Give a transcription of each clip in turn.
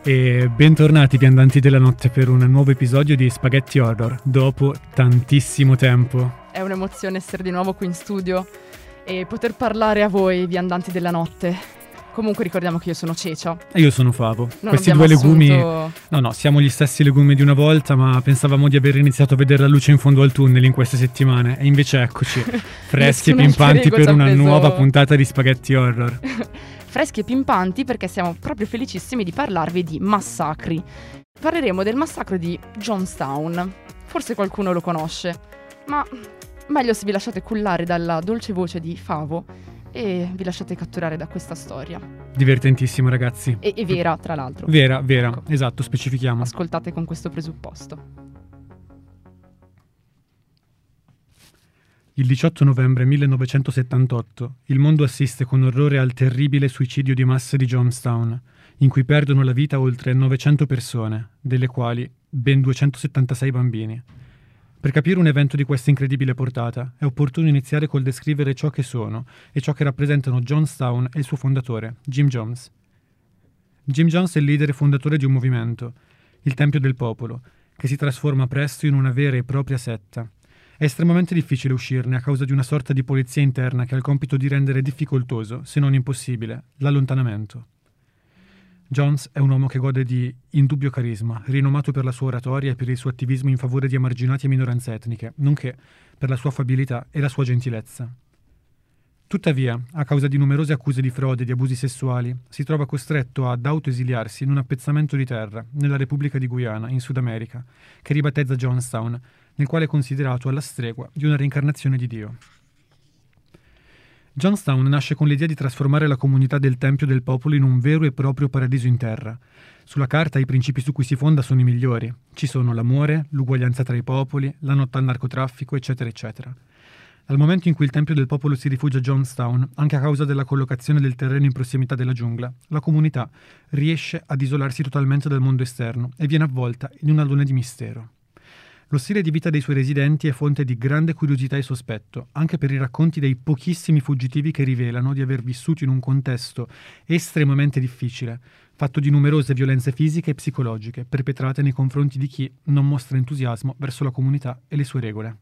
E bentornati viandanti della notte per un nuovo episodio di Spaghetti Horror, dopo tantissimo tempo. È un'emozione essere di nuovo qui in studio e poter parlare a voi viandanti della notte. Comunque ricordiamo che io sono Cecia. E io sono Favo. Non Questi due legumi... assunto... No, siamo gli stessi legumi di una volta, ma pensavamo di aver iniziato a vedere la luce in fondo al tunnel in queste settimane. E invece eccoci, freschi e pimpanti per una nuova puntata di Spaghetti Horror. Freschi e pimpanti perché siamo proprio felicissimi di parlarvi di massacri. Parleremo del massacro di Jonestown. Forse qualcuno lo conosce, ma meglio se vi lasciate cullare dalla dolce voce di Favo e vi lasciate catturare da questa storia. Divertentissimo, ragazzi. E vera, tra l'altro. Vera, Ecco. Esatto, specifichiamo. Ascoltate con questo presupposto. Il 18 novembre 1978 il mondo assiste con orrore al terribile suicidio di massa di Jonestown, in cui perdono la vita oltre 900 persone, delle quali ben 276 bambini. Per capire un evento di questa incredibile portata è opportuno iniziare col descrivere ciò che sono e ciò che rappresentano Jonestown e il suo fondatore, Jim Jones. Jim Jones è il leader e fondatore di un movimento, il Tempio del Popolo, che si trasforma presto in una vera e propria setta. È estremamente difficile uscirne a causa di una sorta di polizia interna che ha il compito di rendere difficoltoso, se non impossibile, l'allontanamento. Jones è un uomo che gode di indubbio carisma, rinomato per la sua oratoria e per il suo attivismo in favore di emarginati e minoranze etniche, nonché per la sua affabilità e la sua gentilezza. Tuttavia, a causa di numerose accuse di frode e di abusi sessuali, si trova costretto ad autoesiliarsi in un appezzamento di terra nella Repubblica di Guyana, in Sud America, che ribattezza Jonestown, nel quale è considerato alla stregua di una reincarnazione di Dio. Jonestown nasce con l'idea di trasformare la comunità del Tempio del Popolo in un vero e proprio paradiso in terra. Sulla carta i principi su cui si fonda sono i migliori. Ci sono l'amore, l'uguaglianza tra i popoli, la lotta al narcotraffico, eccetera, eccetera. Dal momento in cui il Tempio del Popolo si rifugia a Jonestown, anche a causa della collocazione del terreno in prossimità della giungla, la comunità riesce ad isolarsi totalmente dal mondo esterno e viene avvolta in un alone di mistero. Lo stile di vita dei suoi residenti è fonte di grande curiosità e sospetto, anche per i racconti dei pochissimi fuggitivi che rivelano di aver vissuto in un contesto estremamente difficile, fatto di numerose violenze fisiche e psicologiche, perpetrate nei confronti di chi non mostra entusiasmo verso la comunità e le sue regole.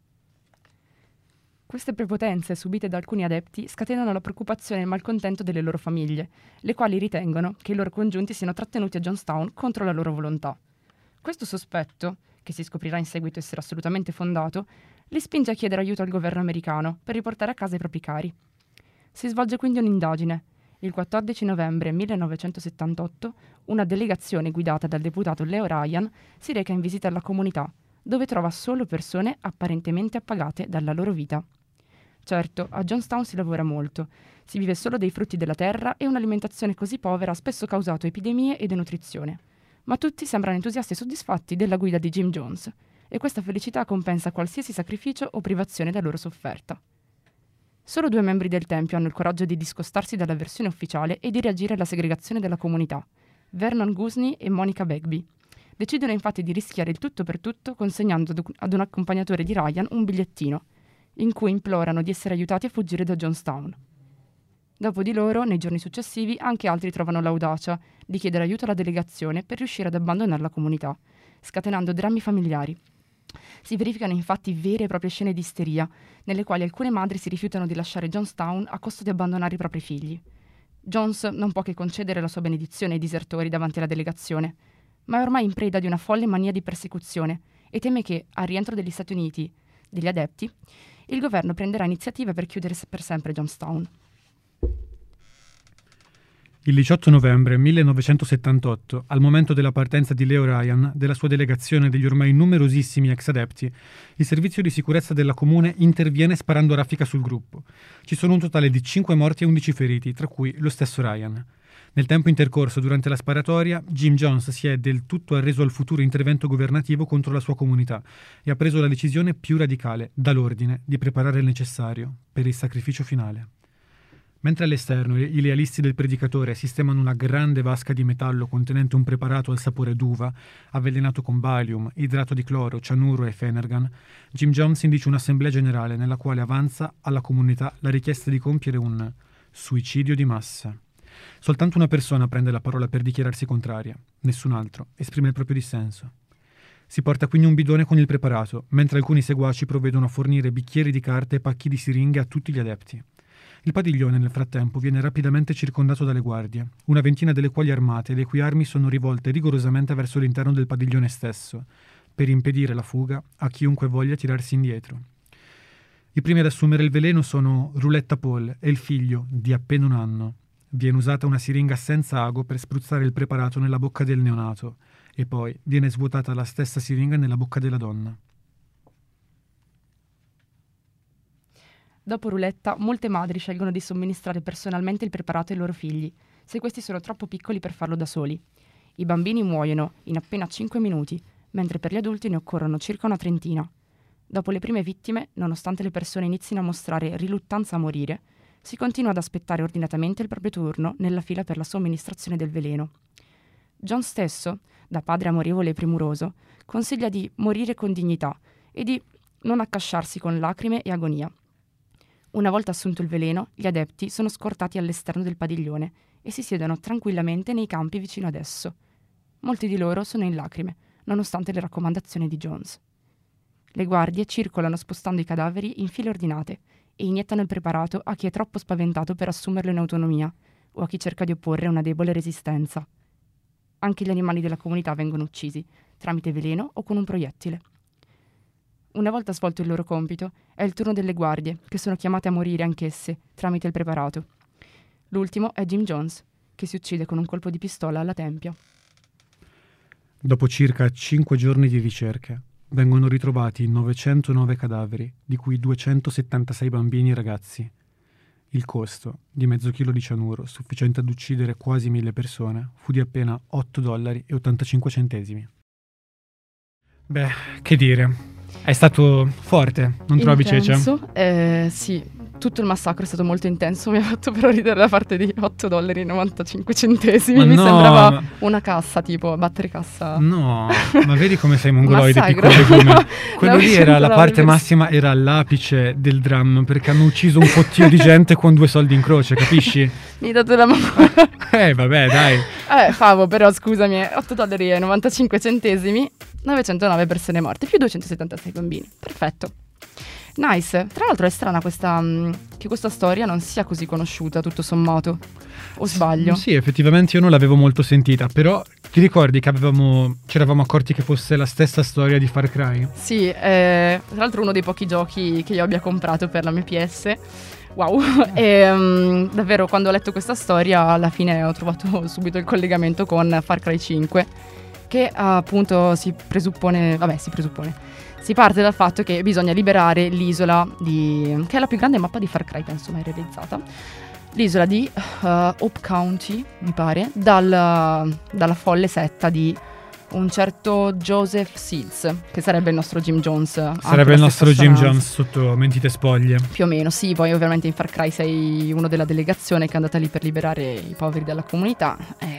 Queste prepotenze subite da alcuni adepti scatenano la preoccupazione e il malcontento delle loro famiglie, le quali ritengono che i loro congiunti siano trattenuti a Jonestown contro la loro volontà. Questo sospetto, che si scoprirà in seguito essere assolutamente fondato, li spinge a chiedere aiuto al governo americano per riportare a casa i propri cari. Si svolge quindi un'indagine. Il 14 novembre 1978 una delegazione guidata dal deputato Leo Ryan si reca in visita alla comunità, dove trova solo persone apparentemente appagate dalla loro vita. Certo, a Jonestown si lavora molto, si vive solo dei frutti della terra e un'alimentazione così povera ha spesso causato epidemie e denutrizione. Ma tutti sembrano entusiasti e soddisfatti della guida di Jim Jones, e questa felicità compensa qualsiasi sacrificio o privazione da loro sofferta. Solo 2 membri del Tempio hanno il coraggio di discostarsi dalla versione ufficiale e di reagire alla segregazione della comunità: Vernon Gusney e Monica Begbie. Decidono infatti di rischiare il tutto per tutto consegnando ad un accompagnatore di Ryan un bigliettino, in cui implorano di essere aiutati a fuggire da Jonestown. Dopo di loro, nei giorni successivi, anche altri trovano l'audacia di chiedere aiuto alla delegazione per riuscire ad abbandonare la comunità, scatenando drammi familiari. Si verificano infatti vere e proprie scene di isteria, nelle quali alcune madri si rifiutano di lasciare Jonestown a costo di abbandonare i propri figli. Jones non può che concedere la sua benedizione ai disertori davanti alla delegazione, ma è ormai in preda di una folle mania di persecuzione e teme che, al rientro degli Stati Uniti degli adepti, il governo prenderà iniziative per chiudere per sempre Jonestown. Il 18 novembre 1978, al momento della partenza di Leo Ryan, della sua delegazione e degli ormai numerosissimi ex adepti, il servizio di sicurezza della comune interviene sparando a raffica sul gruppo. Ci sono un totale di 5 morti e 11 feriti, tra cui lo stesso Ryan. Nel tempo intercorso durante la sparatoria, Jim Jones si è del tutto arreso al futuro intervento governativo contro la sua comunità e ha preso la decisione più radicale, dall'ordine, di preparare il necessario per il sacrificio finale. Mentre all'esterno i lealisti del predicatore sistemano una grande vasca di metallo contenente un preparato al sapore d'uva, avvelenato con balium, idrato di cloro, cianuro e Phenergan, Jim Jones indice un'assemblea generale nella quale avanza alla comunità la richiesta di compiere un suicidio di massa. Soltanto una persona prende la parola per dichiararsi contraria, nessun altro esprime il proprio dissenso. Si porta quindi un bidone con il preparato, mentre alcuni seguaci provvedono a fornire bicchieri di carta e pacchi di siringhe a tutti gli adepti. Il padiglione, nel frattempo, viene rapidamente circondato dalle guardie, una ventina delle quali armate, le cui armi sono rivolte rigorosamente verso l'interno del padiglione stesso, per impedire la fuga a chiunque voglia tirarsi indietro. I primi ad assumere il veleno sono Rouletta Paul e il figlio, di appena 1 anno. Viene usata una siringa senza ago per spruzzare il preparato nella bocca del neonato, e poi viene svuotata la stessa siringa nella bocca della donna. Dopo Rouletta, molte madri scelgono di somministrare personalmente il preparato ai loro figli, se questi sono troppo piccoli per farlo da soli. I bambini muoiono in appena 5 minuti, mentre per gli adulti ne occorrono circa una trentina. Dopo le prime vittime, nonostante le persone inizino a mostrare riluttanza a morire, si continua ad aspettare ordinatamente il proprio turno nella fila per la somministrazione del veleno. John stesso, da padre amorevole e premuroso, consiglia di morire con dignità e di non accasciarsi con lacrime e agonia. Una volta assunto il veleno, gli adepti sono scortati all'esterno del padiglione e si siedono tranquillamente nei campi vicino ad esso. Molti di loro sono in lacrime, nonostante le raccomandazioni di Jones. Le guardie circolano spostando i cadaveri in file ordinate e iniettano il preparato a chi è troppo spaventato per assumerlo in autonomia o a chi cerca di opporre una debole resistenza. Anche gli animali della comunità vengono uccisi, tramite veleno o con un proiettile. Una volta svolto il loro compito, è il turno delle guardie, che sono chiamate a morire anch'esse, tramite il preparato. L'ultimo è Jim Jones, che si uccide con un colpo di pistola alla tempia. Dopo circa 5 giorni di ricerche, vengono ritrovati 909 cadaveri, di cui 276 bambini e ragazzi. Il costo di mezzo chilo di cianuro, sufficiente ad uccidere quasi 1000 persone, fu di appena $8,85. Beh, che dire, è stato forte, non trovi, Cece? Sì, tutto il massacro è stato molto intenso, mi ha fatto però ridere la parte di $8,95. Mi sembrava una cassa, tipo battere cassa. No, ma vedi come sei mongoloide, piccolo legume. Quello lì era la parte massima, era l'apice del dramma, perché hanno ucciso un fottio di gente con 2 soldi in croce, capisci? Mi hai dato la mano. Vabbè, dai. Favo, però scusami, $8,95, 909 persone morte, più 276 bambini. Perfetto. Nice. Tra l'altro è strana che questa storia non sia così conosciuta, tutto sommato. O sbaglio? Sì, effettivamente io non l'avevo molto sentita, però ti ricordi che ci eravamo accorti che fosse la stessa storia di Far Cry? Sì, tra l'altro uno dei pochi giochi che io abbia comprato per la mia PS. Wow. E davvero, quando ho letto questa storia, alla fine ho trovato subito il collegamento con Far Cry 5, che appunto si parte dal fatto che bisogna liberare l'isola che è la più grande mappa di Far Cry, penso mai realizzata. L'isola di Hope County, mi pare, dalla folle setta di un certo Joseph Seeds, che sarebbe il nostro Jim Jones. Sarebbe il nostro Jim Jones sotto mentite spoglie. Più o meno, sì. Poi ovviamente in Far Cry sei uno della delegazione che è andata lì per liberare i poveri della comunità.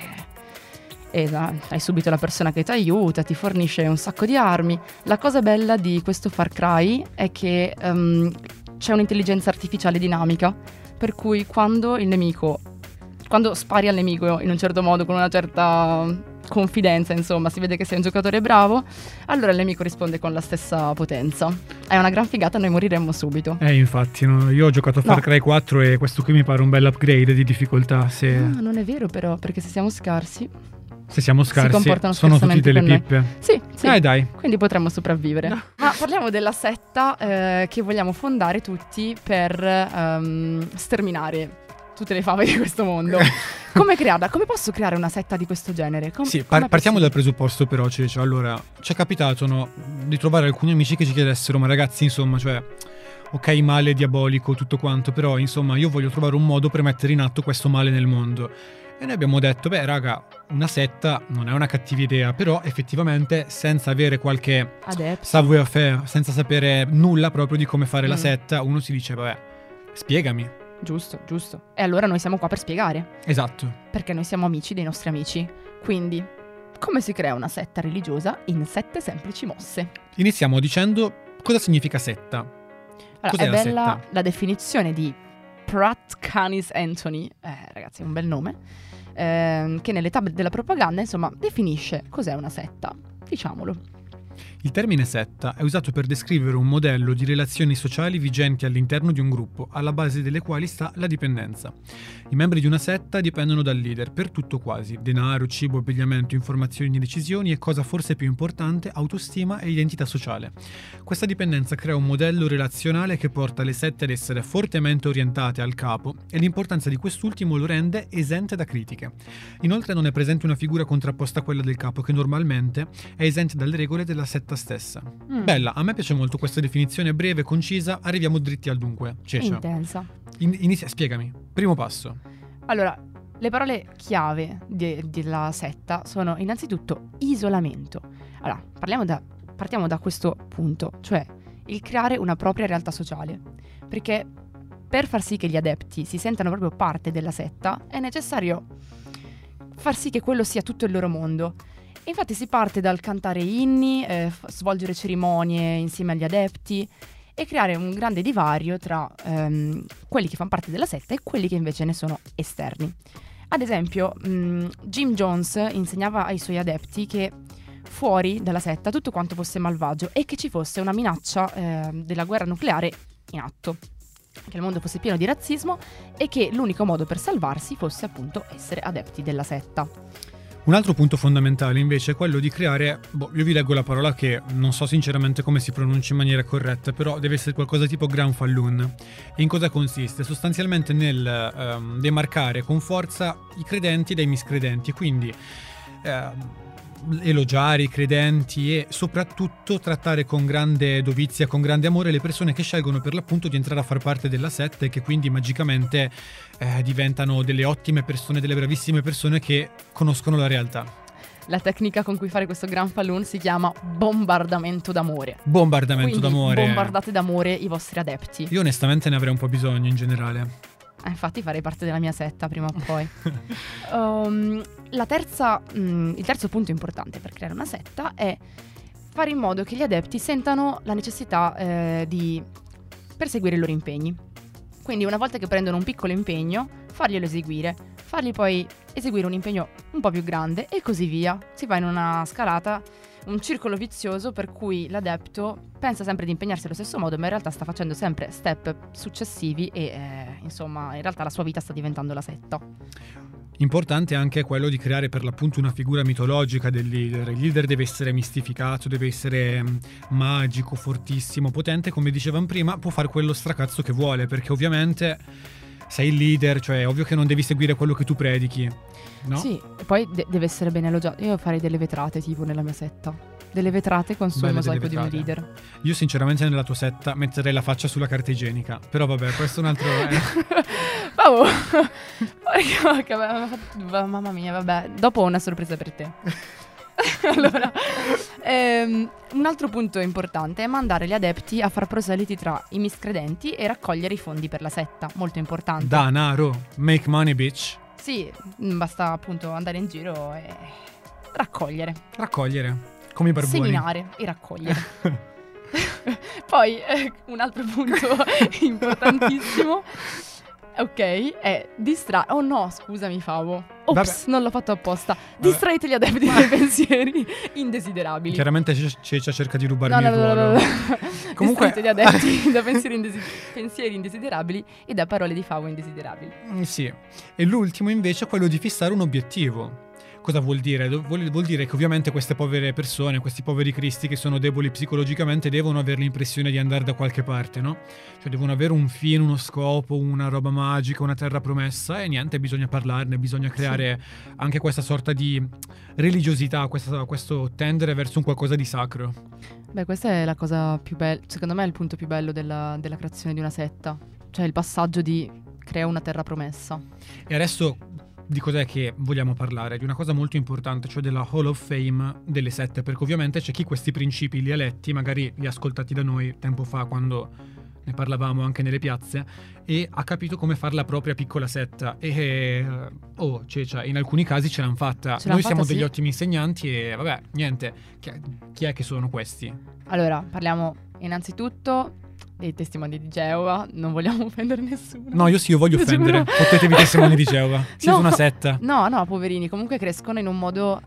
Hai subito la persona che ti aiuta, ti fornisce un sacco di armi. La cosa bella di questo Far Cry è che c'è un'intelligenza artificiale dinamica, per cui quando spari al nemico in un certo modo, con una certa confidenza, insomma, si vede che sei un giocatore bravo, allora il nemico risponde con la stessa potenza. È una gran figata, noi moriremmo subito. Infatti, no, io ho giocato a Far Cry 4 e questo qui mi pare un bel upgrade di difficoltà. No, non è vero però, perché se siamo scarsi sono tutti delle pippe. Sì. Dai. Quindi potremmo sopravvivere. No. Ma parliamo della setta che vogliamo fondare tutti per sterminare tutte le fave di questo mondo. Come crearla? Come posso creare una setta di questo genere? Partiamo dal presupposto però, Cece. Allora, ci è capitato di trovare alcuni amici che ci chiedessero: ma ragazzi, insomma, ok, male diabolico, tutto quanto, però insomma io voglio trovare un modo per mettere in atto questo male nel mondo. E noi abbiamo detto, raga, una setta non è una cattiva idea, però effettivamente senza avere qualche savoir-faire, senza sapere nulla proprio di come fare la setta, uno si dice, spiegami. Giusto. E allora noi siamo qua per spiegare. Esatto. Perché noi siamo amici dei nostri amici. Quindi, come si crea una setta religiosa in 7 semplici mosse? Iniziamo dicendo cosa significa setta. Allora, è bella la definizione di Pratt Canis Anthony, ragazzi è un bel nome, che nell'età della propaganda insomma definisce cos'è una setta, diciamolo. Il termine setta è usato per descrivere un modello di relazioni sociali vigenti all'interno di un gruppo, alla base delle quali sta la dipendenza. I membri di una setta dipendono dal leader per tutto quasi: denaro, cibo, abbigliamento, informazioni, decisioni e, cosa forse più importante, autostima e identità sociale. Questa dipendenza crea un modello relazionale che porta le sette ad essere fortemente orientate al capo, e l'importanza di quest'ultimo lo rende esente da critiche. Inoltre non è presente una figura contrapposta a quella del capo, che normalmente è esente dalle regole della setta stessa. Bella, a me piace molto questa definizione breve, concisa, arriviamo dritti al dunque. Ceccia. Intensa. Inizia, spiegami. Primo passo. Allora, le parole chiave della setta sono innanzitutto isolamento. Allora, partiamo da questo punto, cioè il creare una propria realtà sociale. Perché per far sì che gli adepti si sentano proprio parte della setta è necessario far sì che quello sia tutto il loro mondo. Infatti si parte dal cantare inni, svolgere cerimonie insieme agli adepti e creare un grande divario tra quelli che fanno parte della setta e quelli che invece ne sono esterni. Ad esempio, Jim Jones insegnava ai suoi adepti che fuori dalla setta tutto quanto fosse malvagio e che ci fosse una minaccia della guerra nucleare in atto, che il mondo fosse pieno di razzismo e che l'unico modo per salvarsi fosse appunto essere adepti della setta. Un altro punto fondamentale invece è quello di creare, io vi leggo la parola che non so sinceramente come si pronuncia in maniera corretta, però deve essere qualcosa tipo Granfalloon. E in cosa consiste? Sostanzialmente nel demarcare con forza i credenti dai miscredenti, quindi elogiare i credenti e soprattutto trattare con grande dovizia, con grande amore le persone che scelgono per l'appunto di entrare a far parte della setta e che quindi magicamente diventano delle ottime persone, delle bravissime persone che conoscono la realtà. La tecnica con cui fare questo Granfalloon si chiama bombardamento d'amore. Bombardamento quindi d'amore. Bombardate d'amore i vostri adepti. Io onestamente ne avrei un po' bisogno in generale. Infatti farei parte della mia setta prima o poi. Il terzo punto importante per creare una setta è fare in modo che gli adepti sentano la necessità di perseguire i loro impegni. Quindi una volta che prendono un piccolo impegno, farglielo eseguire, fargli poi eseguire un impegno un po' più grande e così via. Si va in una scalata, un circolo vizioso per cui l'adepto pensa sempre di impegnarsi allo stesso modo, ma in realtà sta facendo sempre step successivi e insomma in realtà la sua vita sta diventando la setta. Importante anche quello di creare per l'appunto una figura mitologica del leader. Il leader deve essere mistificato, deve essere magico, fortissimo, potente, come dicevamo prima, può fare quello stracazzo che vuole, perché ovviamente sei il leader, cioè è ovvio che non devi seguire quello che tu predichi, no? Sì, e poi deve essere ben elogiato. Io farei delle vetrate tipo nella mia setta. Delle vetrate con sul mosaico di un leader. Io sinceramente nella tua setta metterei la faccia sulla carta igienica. Però vabbè, questo è un altro... Mamma mia, vabbè. Dopo ho una sorpresa per te. Allora, un altro punto importante è mandare gli adepti a far proseliti tra i miscredenti e raccogliere i fondi per la setta. Molto importante. Danaro, make money bitch. Sì, basta appunto andare in giro e raccogliere. Come i barboni. Seminare e raccogliere. Poi un altro punto importantissimo, ok, è oh no, scusami Favo. Ops, non l'ho fatto apposta. Distraete gli adepti dai pensieri indesiderabili. Chiaramente Ceccia cerca di rubarmi il ruolo. No. Comunque distraete gli adepti da pensieri indesiderabili e da parole di Favo indesiderabili. Sì. E l'ultimo invece è quello di fissare un obiettivo. Cosa vuol dire? Vuol dire che ovviamente queste povere persone, questi poveri cristi che sono deboli psicologicamente devono avere l'impressione di andare da qualche parte, no? Cioè devono avere un fine, uno scopo, una roba magica, una terra promessa e niente, bisogna parlarne, bisogna creare anche questa sorta di religiosità, questo tendere verso un qualcosa di sacro. Beh, questa è la cosa più bella, secondo me è il punto più bello della creazione di una setta, cioè il passaggio di crea una terra promessa. E adesso di cos'è che vogliamo parlare? Di una cosa molto importante, cioè della Hall of Fame delle sette, perché ovviamente c'è chi questi principi li ha letti, magari li ha ascoltati da noi tempo fa quando ne parlavamo anche nelle piazze, e ha capito come fare la propria piccola setta e Ceccia, in alcuni casi ce l'hanno fatta. Noi siamo degli ottimi insegnanti e vabbè, niente, chi è che sono questi? Allora, parliamo innanzitutto dei testimoni di Geova, non vogliamo offendere nessuno. No, io voglio Io offendere. giuro. Fottetevi i testimoni di Geova. Siete No. una setta. No, poverini, comunque crescono in un modo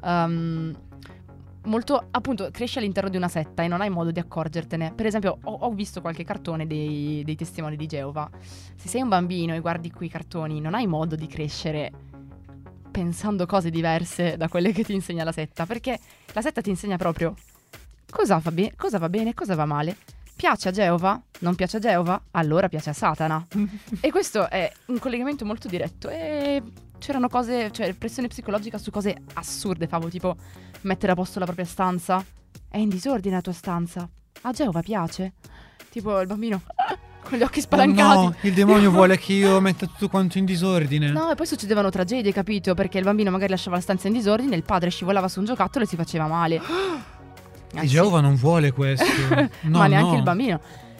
molto, appunto, cresci all'interno di una setta e non hai modo di accorgertene. Per esempio, ho visto qualche cartone dei testimoni di Geova. Se sei un bambino e guardi quei cartoni, non hai modo di crescere pensando cose diverse da quelle che ti insegna la setta, perché la setta ti insegna proprio cosa va bene, cosa va male. Piace a Geova? Non piace a Geova? Allora piace a Satana. E questo è un collegamento molto diretto. E c'erano cose, cioè pressione psicologica su cose assurde, Favo, tipo mettere a posto la propria stanza. È in disordine la tua stanza. A Geova piace? Tipo il bambino con gli occhi spalancati. No, il demonio vuole che io metta tutto quanto in disordine. No, e poi succedevano tragedie, capito? Perché il bambino magari lasciava la stanza in disordine, il padre scivolava su un giocattolo e si faceva male. E Geova non vuole questo. No, ma neanche no. il bambino.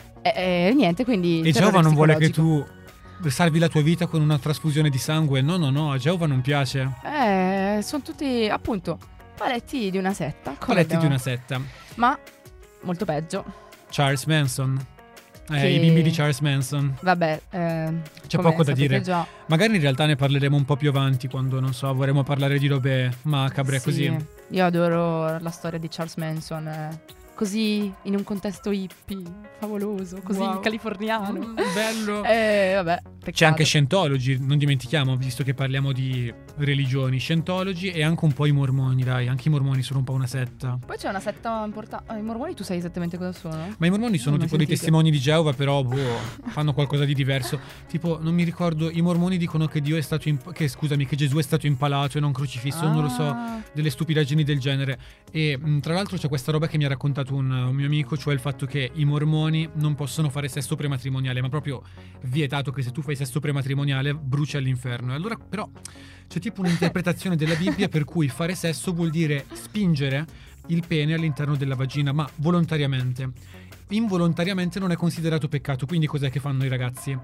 E niente, quindi E Geova non vuole che psicologico. tu salvi la tua vita con una trasfusione di sangue. No, a Geova non piace. Sono tutti, appunto, paletti di una setta. come Paletti di abbiamo- una setta. Ma molto peggio. Charles Manson. Che- I bimbi di Charles Manson. Vabbè, C'è come poco da sapete dire. già, Magari in realtà ne parleremo un po' più avanti, quando, non so, vorremmo parlare di robe macabre, sì, così. Io adoro la storia di Charles Manson. Così in un contesto hippie, favoloso, così Wow. californiano. Bello. Vabbè, C'è peccato. anche Scientology, non dimentichiamo, visto che parliamo di religioni. Scientology e anche un po' i mormoni, dai. Anche i mormoni sono un po' una setta. Poi c'è una setta importante. I mormoni, tu sai esattamente cosa sono? Ma i mormoni sono Non ho tipo dei sentito. testimoni di Geova, però fanno qualcosa di diverso. Tipo, non mi ricordo, i mormoni dicono che Dio è stato che Gesù è stato impalato e non crocifisso, non lo so, Ah. delle stupidaggini del genere. E tra l'altro c'è questa roba che mi ha raccontato un mio amico, cioè il fatto che i mormoni non possono fare sesso prematrimoniale, ma proprio vietato, che se tu fai sesso prematrimoniale bruci all'inferno. E allora però c'è tipo un'interpretazione della Bibbia per cui fare sesso vuol dire spingere il pene all'interno della vagina, ma volontariamente. Involontariamente non è considerato peccato, quindi cos'è che fanno i ragazzi?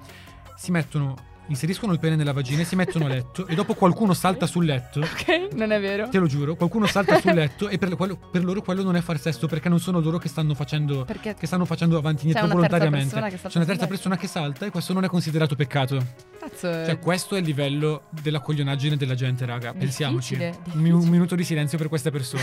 Inseriscono il pene nella vagina e si mettono a letto e dopo qualcuno salta sul letto. Ok, non è vero. Te lo giuro, qualcuno salta sul letto e per loro quello non è far sesso, perché non sono loro che stanno facendo Perché avanti c'è indietro una terza volontariamente. persona che salta C'è una sul terza letto. persona che salta e questo non è considerato peccato. cazzo Cioè, questo è il livello della coglionaggine della gente, raga. Pensiamoci. Difficile. Un minuto di silenzio per queste persone.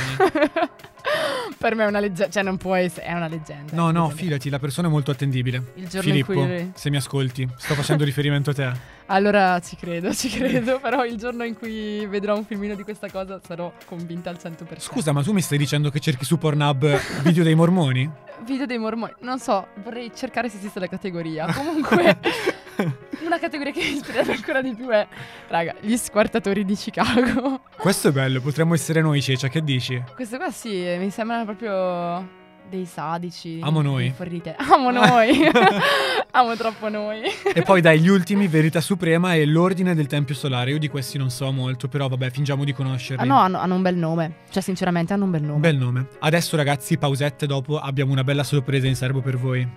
Per me è una leggenda, cioè non può essere, è una leggenda. No, scusami. fidati, la persona è molto attendibile. Il giorno in Filippo, cui- se mi ascolti, sto facendo riferimento a te. Allora ci credo, però il giorno in cui vedrò un filmino di questa cosa sarò convinta al 100%. Scusa, ma tu mi stai dicendo che cerchi su Pornhub video dei mormoni? Video dei mormoni, non so, vorrei cercare se esiste la categoria. Comunque, una categoria che mi ispirerebbe ancora di più è, raga, gli squartatori di Chicago. Questo è bello, potremmo essere noi, Cecia, che dici? Questo qua sì, mi sembrano proprio dei sadici. Amo noi. fuori di te. Amo noi. Amo troppo noi. E poi dai, gli ultimi, Verità Suprema e l'Ordine del Tempio Solare. Io di questi non so molto, però vabbè, fingiamo di conoscerli. Ah no, hanno un bel nome. Cioè, sinceramente, hanno un bel nome. Bel nome. Adesso ragazzi, pausette, dopo abbiamo una bella sorpresa in serbo per voi.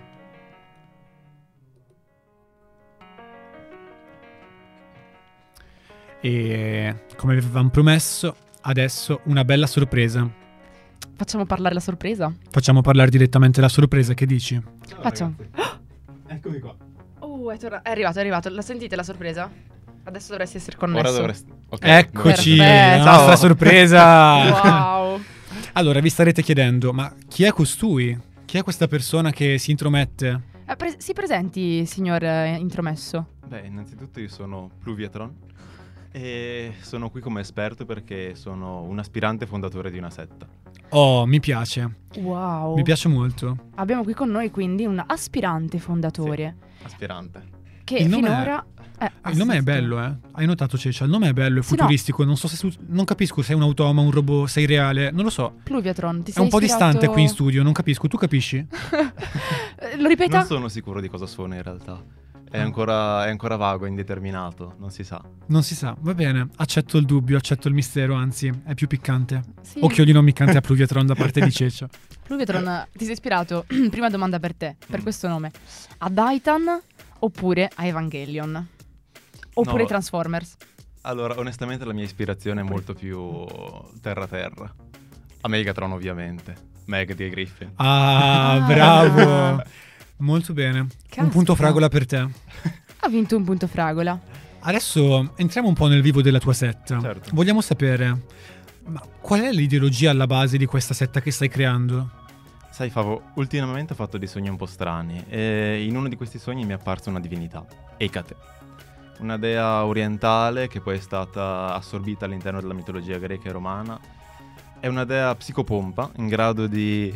E come avevamo promesso, adesso una bella sorpresa. Facciamo parlare la sorpresa? Facciamo parlare direttamente la sorpresa, che dici? Facciamo. Eccomi qua. È arrivato. La sentite la sorpresa? Adesso dovresti essere connesso. Ora dovresti... ok, Eccoci, Perfetto. la nostra sorpresa. Wow. Allora, vi starete chiedendo, ma chi è costui? Chi è questa persona che si intromette? Si presenti, signor intromesso. Beh, innanzitutto io sono Pluviatron e sono qui come esperto perché sono un aspirante fondatore di una setta. Oh, mi piace. Wow. Mi piace molto. Abbiamo qui con noi quindi un aspirante fondatore Aspirante. che Il nome finora... Il nome è bello, eh? Hai notato, Cecia? Il nome è bello, è Sì, no. futuristico. Non so se non capisco se è un automa, un robot, sei reale. Non lo so. Pluviatron, ti È sei un po' ispirato- distante qui in studio, non capisco. Tu capisci? Lo ripeta? Non sono sicuro di cosa suona in realtà. È ancora vago, è indeterminato, non si sa. Non si sa. Va bene, accetto il dubbio, accetto il mistero, anzi, è più piccante. Sì. Occhioli non miccante a Pluviatron da parte di Cecia. Pluviatron, ti sei ispirato, prima domanda per te, per questo nome, a Titan oppure a Evangelion? Oppure No. Transformers? Allora, onestamente la mia ispirazione è molto più terra-terra. A Megatron ovviamente. Meg di Griffin. Ah, Ah. bravo. Molto bene. Caspita. Un punto fragola per te. Ha vinto un punto fragola. Adesso entriamo un po' nel vivo della tua setta. Certo. Vogliamo sapere, ma qual è l'ideologia alla base di questa setta che stai creando? Sai Favo, ultimamente ho fatto dei sogni un po' strani e in uno di questi sogni mi è apparsa una divinità, Ecate, una dea orientale che poi è stata assorbita all'interno della mitologia greca e romana. È una dea psicopompa in grado di...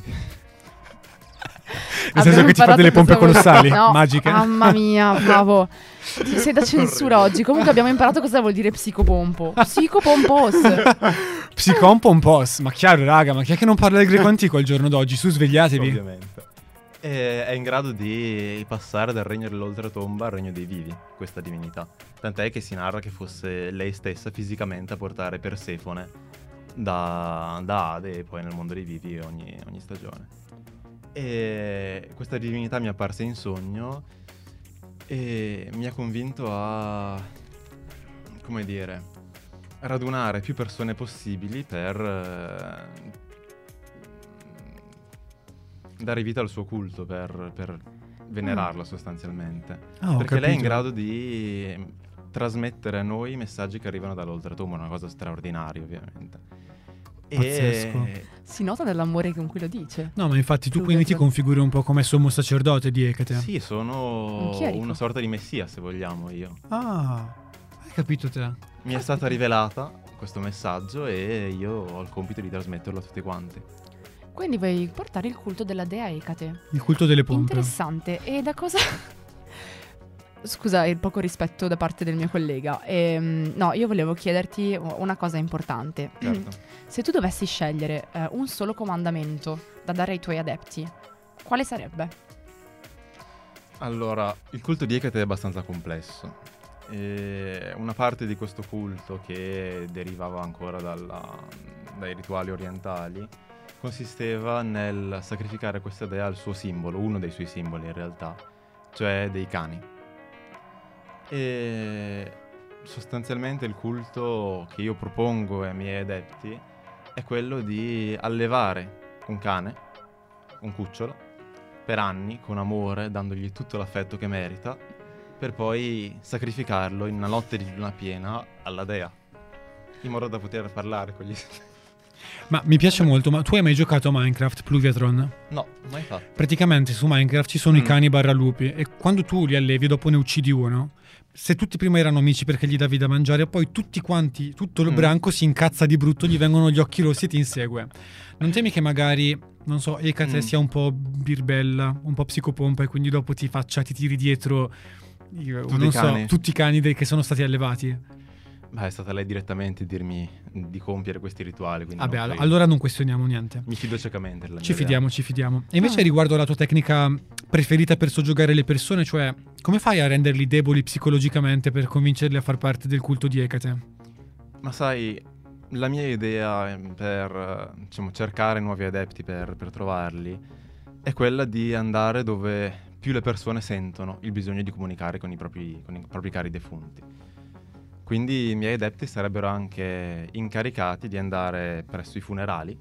Nel senso che ti fa delle pompe colossali, No, magiche. mamma mia, bravo. Sei da censura oggi. Comunque abbiamo imparato cosa vuol dire psicopompo. Psicopompos. Psicopompos, ma chiaro raga, ma chi è che non parla del greco antico al giorno d'oggi? Su, svegliatevi. Ovviamente. E è in grado di passare dal regno dell'oltretomba al regno dei vivi, questa divinità. Tant'è che si narra che fosse lei stessa fisicamente a portare Persefone da Ade e poi nel mondo dei vivi ogni stagione. E questa divinità mi è apparsa in sogno e mi ha convinto a, come dire, radunare più persone possibili per dare vita al suo culto, per venerarla sostanzialmente. Ah, ho Perché lei è in capito. grado di trasmettere a noi i messaggi che arrivano dall'oltretomba, una cosa straordinaria ovviamente. Pazzesco. Si nota dall'amore con cui lo dice. No, ma infatti tu Tu quindi ti penso- configuri un po' come sommo sacerdote di Ecate. Sì, sono Un chierico. una sorta di messia, se vogliamo, io. Ah, hai capito te. Mi è stata rivelata questo messaggio e io ho il compito di trasmetterlo a tutti quanti. Quindi vuoi portare il culto della dea Ecate. Il culto delle pompe. Interessante. E da cosa... Scusa il poco rispetto da parte del mio collega. No, io volevo chiederti una cosa importante. Certo. Se tu dovessi scegliere un solo comandamento da dare ai tuoi adepti, quale sarebbe? Allora, il culto di Ecate è abbastanza complesso. E una parte di questo culto, che derivava ancora dai rituali orientali, consisteva nel sacrificare questa dea al suo simbolo, uno dei suoi simboli in realtà, cioè dei cani. E sostanzialmente il culto che io propongo ai miei adepti è quello di allevare un cane, un cucciolo, per anni, con amore, dandogli tutto l'affetto che merita, per poi sacrificarlo in una notte di luna piena alla dea, in modo da poter parlare con gli... Ma mi piace molto, ma tu hai mai giocato a Minecraft Pluviatron? No, mai fatto. Praticamente su Minecraft ci sono i cani barra lupi e quando tu li allevi e dopo ne uccidi uno, se tutti prima erano amici perché gli davi da mangiare, poi tutti quanti, tutto il branco si incazza di brutto, gli vengono gli occhi rossi e ti insegue. Non temi che magari, non so, Ecate sia un po' birbella, un po' psicopompa e quindi dopo ti tiri dietro, non so, cani. tutti i cani che sono stati allevati? Ma è stata lei direttamente a dirmi di compiere questi rituali, quindi Vabbè, non credo. allora non questioniamo niente. Mi fido ciecamente della mia Ci idea. fidiamo, ci fidiamo. E invece riguardo alla tua tecnica preferita per soggiogare le persone, cioè come fai a renderli deboli psicologicamente per convincerli a far parte del culto di Ecate? Ma sai, la mia idea per diciamo, cercare nuovi adepti per trovarli è quella di andare dove più le persone sentono il bisogno di comunicare con i propri cari defunti. Quindi i miei adepti sarebbero anche incaricati di andare presso i funerali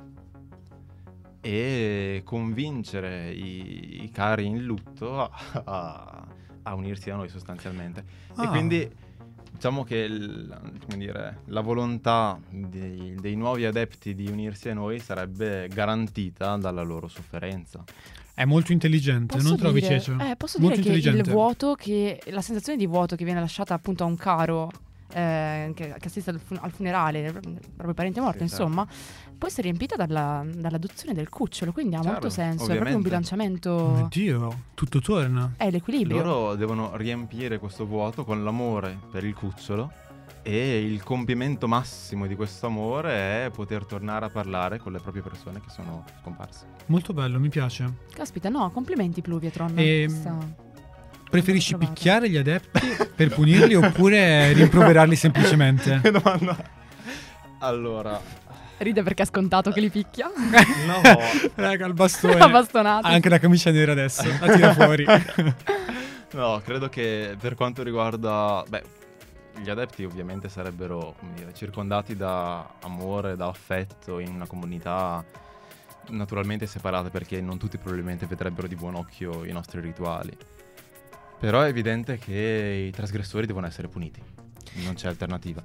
e convincere i cari in lutto a unirsi a noi sostanzialmente. E quindi diciamo che la volontà dei nuovi adepti di unirsi a noi sarebbe garantita dalla loro sofferenza. È molto intelligente, non trovi Ceccio? Posso Molto dire che intelligente. il vuoto, la sensazione di vuoto che viene lasciata appunto a un caro che assiste al funerale del proprio parente morto, Sì, insomma, può essere riempita dall'adozione del cucciolo, quindi ha Certo, molto senso, è proprio un ovviamente. bilanciamento, Oh Dio, tutto torna. è l'equilibrio. Loro devono riempire questo vuoto con l'amore per il cucciolo e il compimento massimo di questo amore è poter tornare a parlare con le proprie persone che sono scomparse. Molto bello, mi piace. Caspita, no, complimenti Pluviatron. Preferisci Trovata. picchiare gli adepti per punirli oppure rimproverarli semplicemente? Che domanda! Allora, Ride perché ha scontato che li picchia. no, Raga, il bastone. La bastonata. Anche la camicia nera adesso, la tira fuori. no, credo che per quanto riguarda... gli adepti ovviamente sarebbero, come dire, circondati da amore, da affetto in una comunità naturalmente separate, perché non tutti probabilmente vedrebbero di buon occhio i nostri rituali. Però è evidente che i trasgressori devono essere puniti, non c'è alternativa.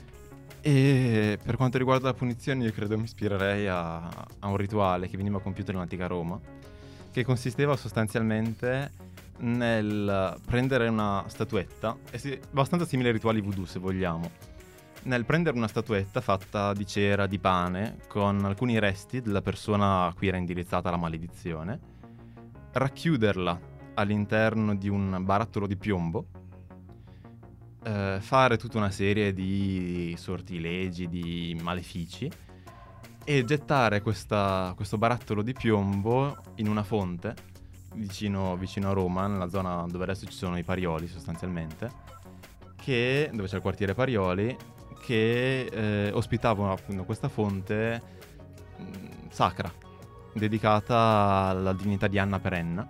E per quanto riguarda la punizione, io credo mi ispirerei a un rituale che veniva compiuto nell'antica Roma, che consisteva sostanzialmente nel prendere una statuetta, abbastanza simile ai rituali voodoo se vogliamo, nel prendere una statuetta fatta di cera, di pane, con alcuni resti della persona a cui era indirizzata la maledizione, racchiuderla all'interno di un barattolo di piombo, fare tutta una serie di sortilegi, di malefici, e gettare questo barattolo di piombo in una fonte vicino a Roma, nella zona dove adesso ci sono i Parioli sostanzialmente, dove c'è il quartiere Parioli, che ospitavano appunto questa fonte sacra, dedicata alla divinità di Anna Perenna.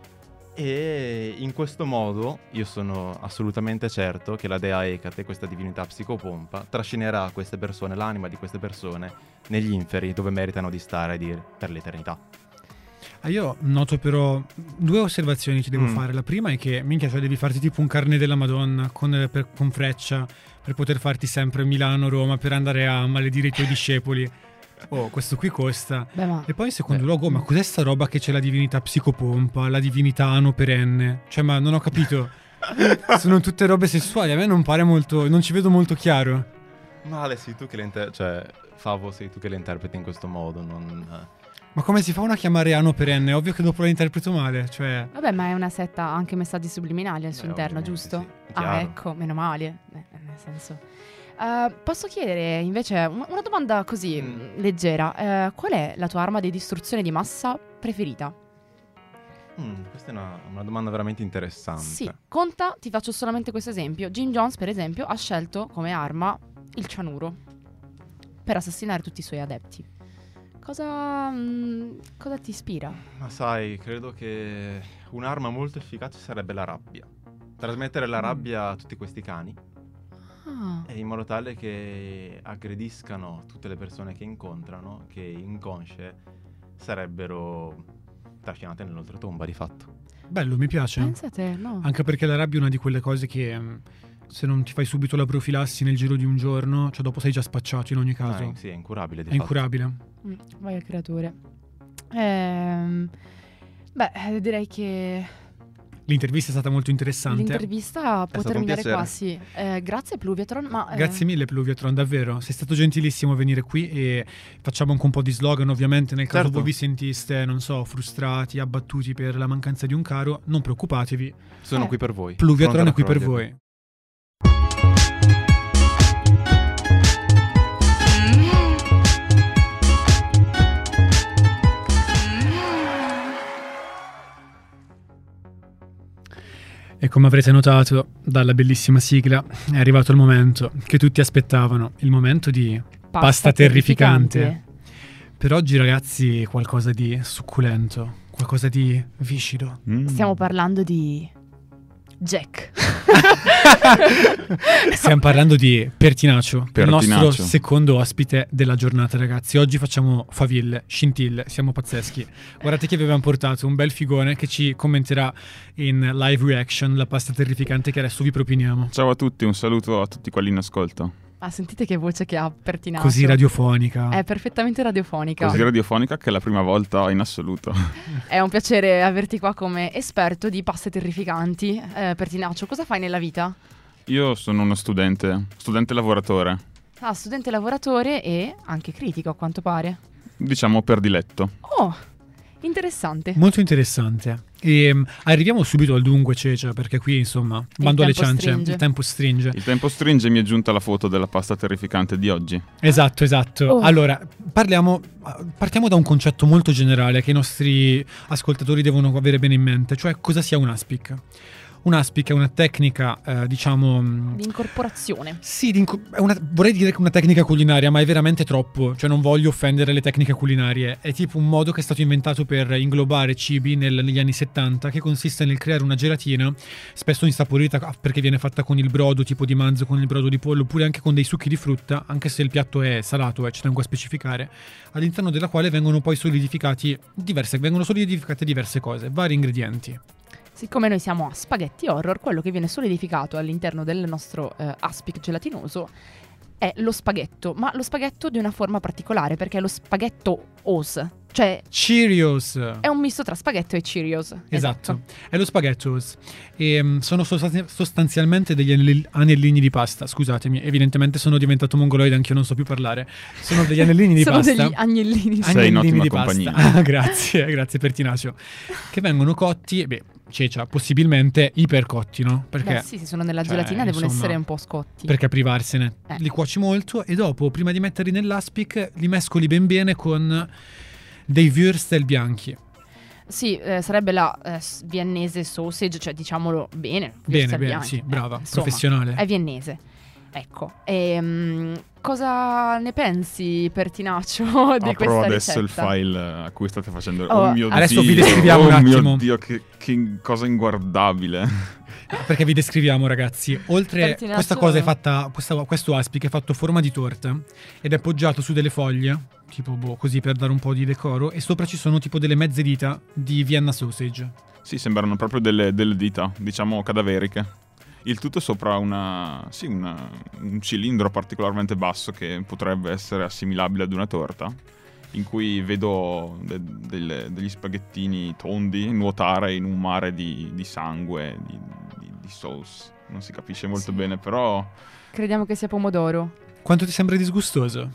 E in questo modo io sono assolutamente certo che la dea Ecate, questa divinità psicopompa, trascinerà queste persone, l'anima di queste persone, negli inferi, dove meritano di stare per l'eternità. Io noto però 2 osservazioni che devo fare. La prima è che, minchia, cioè devi farti tipo un carnet della Madonna con Freccia per poter farti sempre Milano-Roma per andare a maledire i tuoi discepoli. Oh, questo qui costa. E poi in secondo luogo, ma cos'è sta roba che c'è la divinità psicopompa, la divinità ano perenne? Cioè, ma non ho capito. Sono tutte robe sessuali, a me non pare molto, non ci vedo molto chiaro. Male, sei tu che Favo, sei tu che le interpreti in questo modo, Ma come si fa una a chiamare ano perenne? È ovvio che dopo la interpreto male, cioè... Vabbè, ma è una setta, ha anche messaggi subliminali al suo interno, giusto? Sì, ecco, meno male, nel senso... posso chiedere invece una domanda così leggera. Qual è la tua arma di distruzione di massa preferita? Questa è una domanda veramente interessante. Sì, conta, ti faccio solamente questo esempio. Jim Jones, per esempio, ha scelto come arma il cianuro per assassinare tutti i suoi adepti. Cosa ti ispira? Ma sai, credo che un'arma molto efficace sarebbe la rabbia. Trasmettere la rabbia a tutti questi cani, e in modo tale che aggrediscano tutte le persone che incontrano, che inconsce sarebbero trascinate nell'oltretomba di fatto. Bello, mi piace. Pensate, no? Anche perché la rabbia è una di quelle cose che se non ti fai subito la profilassi nel giro di un giorno, cioè dopo sei già spacciato in ogni caso. Sì, è incurabile di fatto. Incurabile. Vai al creatore. Direi che l'intervista è stata molto interessante. L'intervista può terminare qua, sì. Grazie Pluviatron. Grazie mille Pluviatron, davvero. Sei stato gentilissimo a venire qui e facciamo anche un po' di slogan, ovviamente, nel caso voi vi sentiste, non so, frustrati, abbattuti per la mancanza di un caro, non preoccupatevi. Sono qui per voi. Pluviatron è qui per voi. E come avrete notato dalla bellissima sigla, è arrivato il momento che tutti aspettavano, il momento di pasta terrificante. Per oggi, ragazzi, qualcosa di succulento, qualcosa di viscido. Stiamo parlando di Jack. Stiamo parlando di Pertinacio, il nostro secondo ospite della giornata, ragazzi. Oggi facciamo faville, scintille, siamo pazzeschi. Guardate che avevamo portato un bel figone che ci commenterà in live reaction la pasta terrificante che adesso vi propiniamo. Ciao a tutti, un saluto a tutti quelli in ascolto. Sentite che voce che ha Pertinacio. Così radiofonica. È perfettamente radiofonica. Così radiofonica che è la prima volta in assoluto. È un piacere averti qua come esperto di paste terrificanti. Pertinacio, cosa fai nella vita? Io sono uno studente lavoratore. Studente lavoratore e anche critico, a quanto pare. Diciamo per diletto. Oh, interessante. Molto interessante. E arriviamo subito al dunque, Cecia, perché qui, insomma, bando alle ciance, il tempo stringe. Il tempo stringe e mi è giunta la foto della pasta terrificante di oggi. Esatto. Oh. Allora, partiamo da un concetto molto generale che i nostri ascoltatori devono avere bene in mente, cioè cosa sia un aspic. Un aspic è una tecnica, diciamo... Di incorporazione. Sì, vorrei dire che una tecnica culinaria, ma è veramente troppo. Cioè non voglio offendere le tecniche culinarie. È tipo un modo che è stato inventato per inglobare cibi negli anni 70, che consiste nel creare una gelatina, spesso insaporita perché viene fatta con il brodo tipo di manzo, con il brodo di pollo, oppure anche con dei succhi di frutta, anche se il piatto è salato, ci tengo a specificare, all'interno della quale vengono poi solidificate diverse cose, vari ingredienti. Siccome noi siamo a Spaghetti Horror, quello che viene solidificato all'interno del nostro aspic gelatinoso è lo spaghetto, ma lo spaghetto di una forma particolare, perché è lo spaghetto os, cioè Cheerios. è un misto tra spaghetto e Cheerios. Esatto. È lo spaghettos. E sono sostanzialmente degli anellini di pasta. Scusatemi, evidentemente sono diventato mongoloide, anch'io non so più parlare. Sono degli anellini di sono pasta. degli agnellini. Sei in ottima di compagnia. pasta. Grazie pertinacio. Che vengono cotti, Cecia, possibilmente ipercotti, no? Perché Sì, se sono nella gelatina devono insomma, essere un po' scotti. perché privarsene. Li cuoci molto e dopo, prima di metterli nell'aspic, li mescoli ben bene con dei würstel bianchi. Sì, sarebbe la viennese sausage, cioè diciamolo bene. Bene, sì, brava, insomma, professionale. È viennese. Ecco, cosa ne pensi, Pertinacio, di Apro questa adesso ricetta? il file a cui state facendo. Oh, Oh mio adesso Dio, vi descriviamo oh un attimo. mio Dio, che cosa inguardabile. Perché vi descriviamo, ragazzi, oltre Pertinacio- questa cosa è fatta, questo aspic è fatto a forma di torta ed è poggiato su delle foglie, tipo così per dare un po' di decoro, e sopra ci sono tipo delle mezze dita di Vienna sausage. Sì, sembrano proprio delle dita, diciamo cadaveriche. Il tutto sopra un cilindro particolarmente basso che potrebbe essere assimilabile ad una torta, in cui vedo degli spaghettini tondi nuotare in un mare di sangue, di sauce. Non si capisce molto bene, però... Crediamo che sia pomodoro. Quanto ti sembra disgustoso?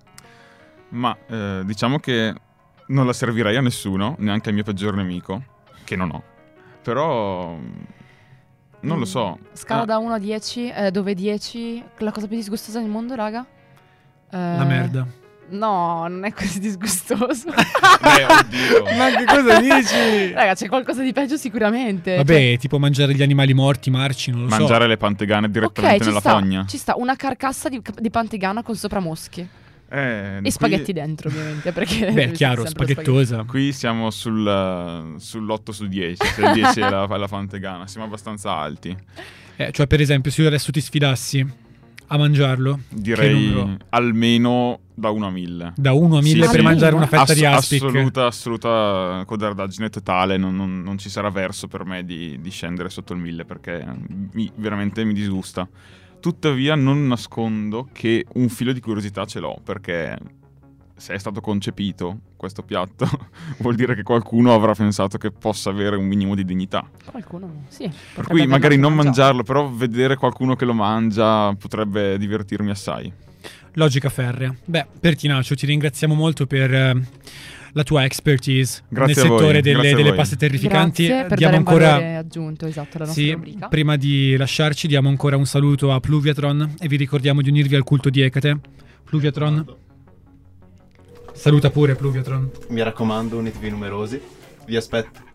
Ma diciamo che non la servirei a nessuno, neanche al mio peggior nemico, che non ho. Però... non lo so. Scala da 1 a 10, dove 10 la cosa più disgustosa del mondo, raga? La merda. No, non è così disgustoso. Oddio. Ma che cosa dici? Raga, c'è qualcosa di peggio sicuramente. Vabbè, tipo mangiare gli animali morti, marci, non lo Mangiare le pantegane Cioè, direttamente ok, nella ci sta, fogna. ci sta una carcassa di pantegana con sopra moschi. E qui- spaghetti dentro, ovviamente. Perché so. Beh, chiaro, sempre spaghettosa. Qui siamo sull'8 su 10, se il 10 è la pantegana, siamo abbastanza alti. Cioè, per esempio, se io adesso ti sfidassi a mangiarlo, che Direi numero? almeno da 1 a 1000. Da 1 a 1000 Sì, per sì. mangiare una fetta di aspic. Assoluta codardaggine totale, non ci sarà verso per me di scendere sotto il 1000 perché veramente mi disgusta. Tuttavia non nascondo che un filo di curiosità ce l'ho, perché se è stato concepito questo piatto vuol dire che qualcuno avrà pensato che possa avere un minimo di dignità. Qualcuno, sì. Per potrebbe cui magari averlo non mangiato. mangiarlo, però vedere qualcuno che lo mangia potrebbe divertirmi assai. Logica ferrea. Beh, Pertinacio, ti ringraziamo molto per la tua expertise Grazie nel a voi, settore grazie a delle voi. paste terrificanti. Grazie per Diamo dare un ancora valore aggiunto, esatto, alla nostra Sì, rubrica. prima di lasciarci diamo ancora un saluto a Pluviatron e vi ricordiamo di unirvi al culto di Ecate. Pluviatron, saluta pure Pluviatron. Mi raccomando, unitevi numerosi. Vi aspetto.